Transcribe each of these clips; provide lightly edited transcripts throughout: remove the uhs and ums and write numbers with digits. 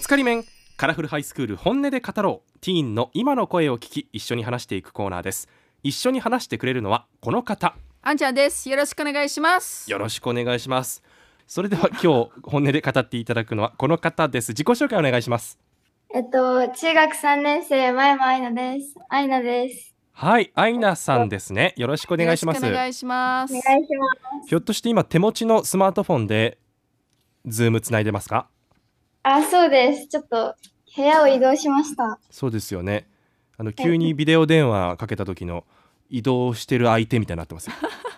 つかり面カラフルハイスクール本音で語ろう。ティーンの今の声を聞き一緒に話していくコーナーです。一緒に話してくれるのはこの方、 あんちゃんです。よろしくお願いします。 よろしくお願いします。それでは今日本音で語っていただくのはこの方です。自己紹介お願いします。 中学3年生、前山愛菜です。愛菜です。 はい、アイナさんですね。よろしくお願いします。 よろしくお願いします。 お願いします。 ひょっとして今手持ちのスマートフォンでズームつないでますか？ そうです。ちょっと部屋を移動しました。 そうですよね。急にビデオ電話かけた時の移動してる相手みたいになってますよ。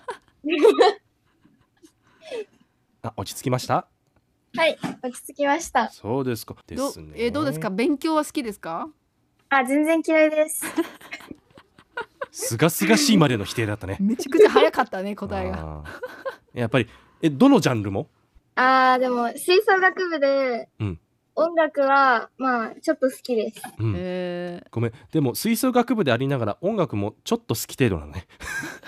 落ち着きました？ はい、落ち着きました。 そうですか。ですね。 どうですか？勉強は好きですか？ 全然嫌いです。 すがすがしいまでの否定だったね。 めちゃくちゃ早かったね、答えが。 やっぱりどのジャンルも？ でも吹奏楽部で、音楽はちょっと好きです。 ごめん、でも吹奏楽部でありながら音楽もちょっと好き程度なのね。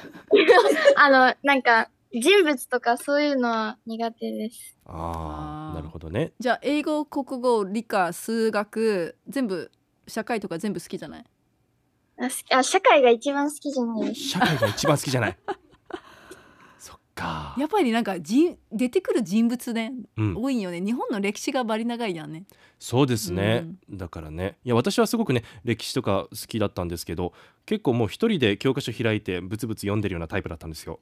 なんか人物とかそういうのは苦手です。 なるほどね。 じゃあ英語、国語、理科、数学全部、社会とか全部好きじゃない？ 社会が一番好きじゃないです。 社会が一番好きじゃない。そっか。 やっぱりなんか出てくる人物ね、多いよね。日本の歴史がバリ長いやんね。 そうですね、だからね、いや私はすごくね歴史とか好きだったんですけど、結構もう一人で教科書開いてブツブツ読んでるようなタイプだったんですよ。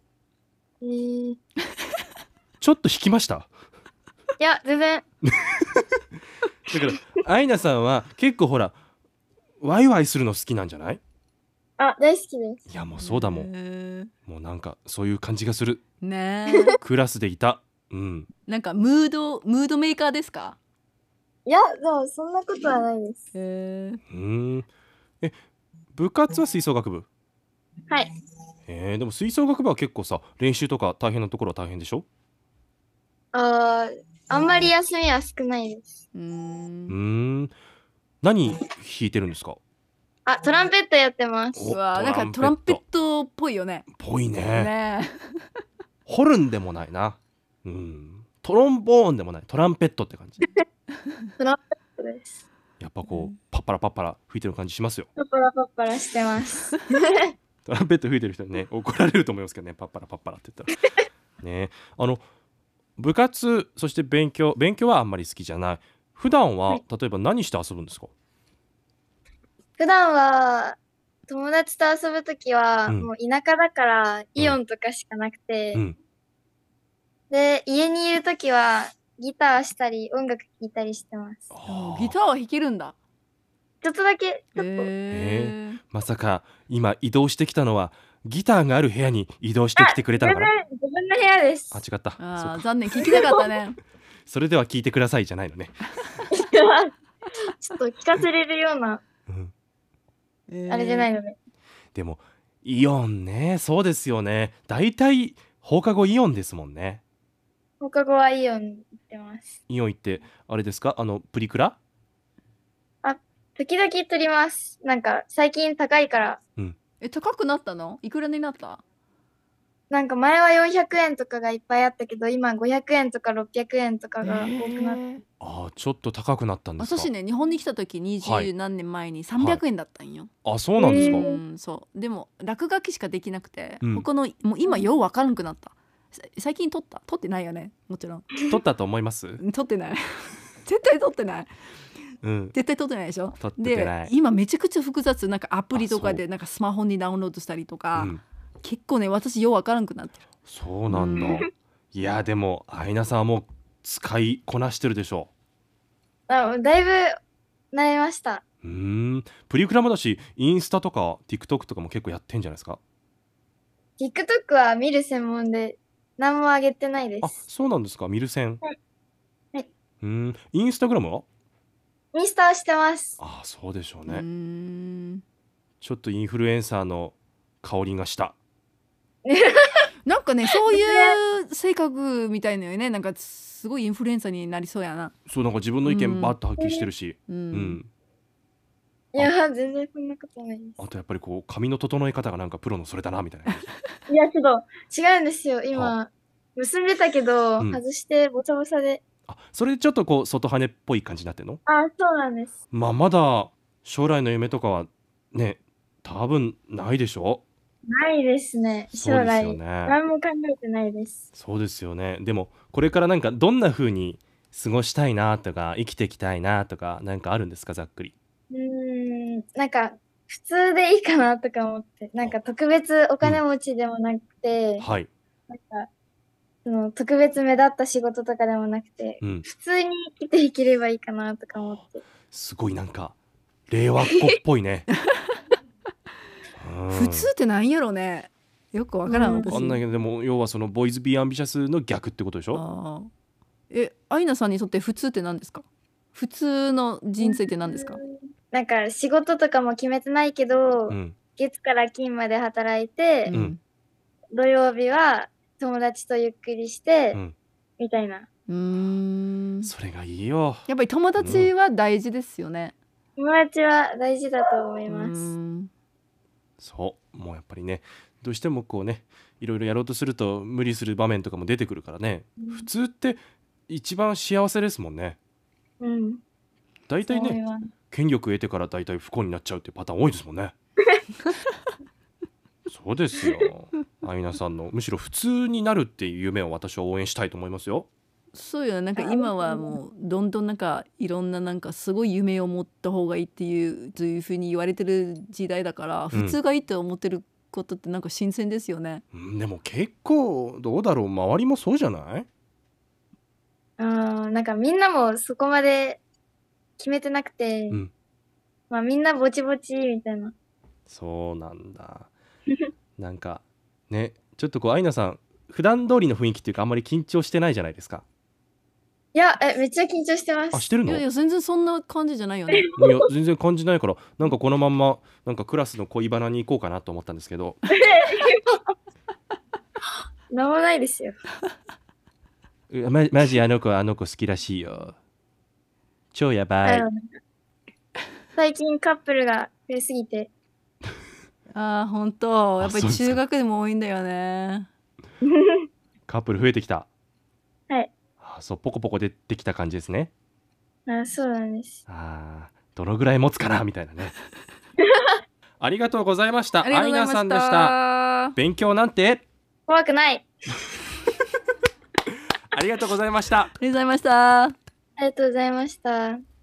ちょっと引きました？ いや全然。 だからアイナさんは結構ほらワイワイするの好きなんじゃない？ 大好きです。 いやもうそうだもん。もうなんかそういう感じがするね。 クラスでいた。 なんかムードメーカーですか？ いやでもそんなことはないです。 部活は吹奏楽部？ はい。 でも吹奏楽部は結構さ練習とか大変なところは大変でしょ？ あんまり休みは少ないです。 何弾いてるんですか？ トランペットやってます。 なんかトランペットっぽいよね。 ぽいね。ホルンでもないな。トロンボーンでもない、トランペットって感じ。 トランペットです。 やっぱこうパッパラパッパラ吹いてる感じしますよ。 パッパラパッパラしてます。 トランペット吹いてる人にね怒られると思いますけどね、パッパラパッパラって言ったらね。部活、そして勉強はあんまり好きじゃない。普段は例えば何して遊ぶんですか？ 普段は友達と遊ぶときは、もう田舎だからイオンとかしかなくて、で家にいるときはギターしたり音楽聴いたりしてます。 ギターは弾けるんだ。 ちょっとだけ。ちょっと。 まさか今移動してきたのはギターがある部屋に移動してきてくれたのかな？ 自分の部屋です。 違った。 残念、聞きたかったね。 それでは聞いてくださいじゃないのね。 ちょっと聞かせれるようなあれじゃないのね。 でもイオンね、そうですよね。だいたい放課後イオンですもんね。 放課後はイオン行ってます。 イオン行ってあれですか、プリクラ？ 時々撮ります。なんか最近高いから。 高くなったの？いくらになった？ なんか前は400円とかがいっぱいあったけど、今500円とか600円とかが多くなって。 ちょっと高くなったんですか？ 私ね、日本に来た時20何年前に300円だったんよ。 そうなんですか？ そうでも落書きしかできなくて、他のもう今よう分からなくなった。最近撮ってないよね、もちろん。 撮ったと思います？ 撮ってない。絶対撮ってない。絶対撮ってないでしょ。で今めちゃくちゃ複雑、なんかアプリとかでなんかスマホにダウンロードしたりとか、結構ね私よう分からなくなってる。 そうなんだ。いやでもアイナさんはもう使いこなしてるでしょう。 だいぶ慣れました。 プリクラもだし、インスタとか TikTok とかも結構やってんじゃないですか？ TikTok は見る専門で何も上げてないです。 そうなんですか。見る専。 はい。 インスタグラムは？ インスタはしてます。 そうでしょうね。ちょっとインフルエンサーの香りがした。 なんかね、そういう性格みたいなよね。なんかすごいインフルエンサーになりそうやな。 そう、なんか自分の意見バッとはっきりしてるし。 いや全然そんなことないです。 あとやっぱりこう髪の整え方がなんかプロのそれだなみたいな。 いやちょっと違うんですよ。今結んでたけど、外してボサボサで。 あ、それでちょっとこう外羽っぽい感じになってんの？ そうなんです。 まだ将来の夢とかはね、多分ないでしょ？ ないですね。将そうですよ来。 ね。 何も考えてないです。 そうですよね。でもこれからなんかどんな風に過ごしたいなとか生きていきたいなとかなんかあるんですか、ざっくり。 なんか普通でいいかなとか思って、なんか特別お金持ちでもなくて、 はい。 なんかその特別目立った仕事とかでもなくて、普通に生きていければいいかなとか思って。 すごいなんか令和っ子っぽいね。 普通ってなんやろね。よくわからん、私。 わかんないけど、でも要はそのボーイズビーアンビシャスの逆ってことでしょ？ アイナさんにとって普通って何ですか？普通の人生って何ですか？ なんか仕事とかも決めてないけど、月から金まで働いて、土曜日は友達とゆっくりして、みたいな。 それがいいよ。 やっぱり友達は大事ですよね。 友達は大事だと思います。 そうもうやっぱりね、どうしてもこうね、いろいろやろうとすると無理する場面とかも出てくるからね、普通って一番幸せですもんね。大体ね、権力得てから大体不幸になっちゃうっていうパターン多いですもんね。そうですよ。アイナさんのむしろ普通になるっていう夢を私は応援したいと思いますよ。 そうよね。なんか今はもうどんどんなんかいろんななんかすごい夢を持った方がいいっていうふうに言われてる時代だから、普通がいいって思ってることってなんか新鮮ですよね。 でも結構どうだろう、周りもそうじゃない？ なんかみんなもそこまで決めてなくて、まあみんなぼちぼちみたいな。 そうなんだ。なんかね、ちょっとこうアイナさん普段通りの雰囲気っていうかあんまり緊張してないじゃないですか。 いや、めっちゃ緊張してます。 してるの？ いや全然そんな感じじゃないよね。 いや全然感じないから、なんかこのまんまなんかクラスの恋バナに行こうかなと思ったんですけど。 なんもないですよ。 マジあの子好きらしいよ。超やばい。 最近カップルが増えすぎて。 本当やっぱり中学でも多いんだよね。 カップル増えてきた。 はい。 そうポコポコ出てきた感じですね。 そうなんです。 どのぐらい持つかなみたいなね。ありがとうございました。アイナさんでした。勉強なんて怖くない。 ありがとうございました。 ありがとうございました。 ありがとうございました。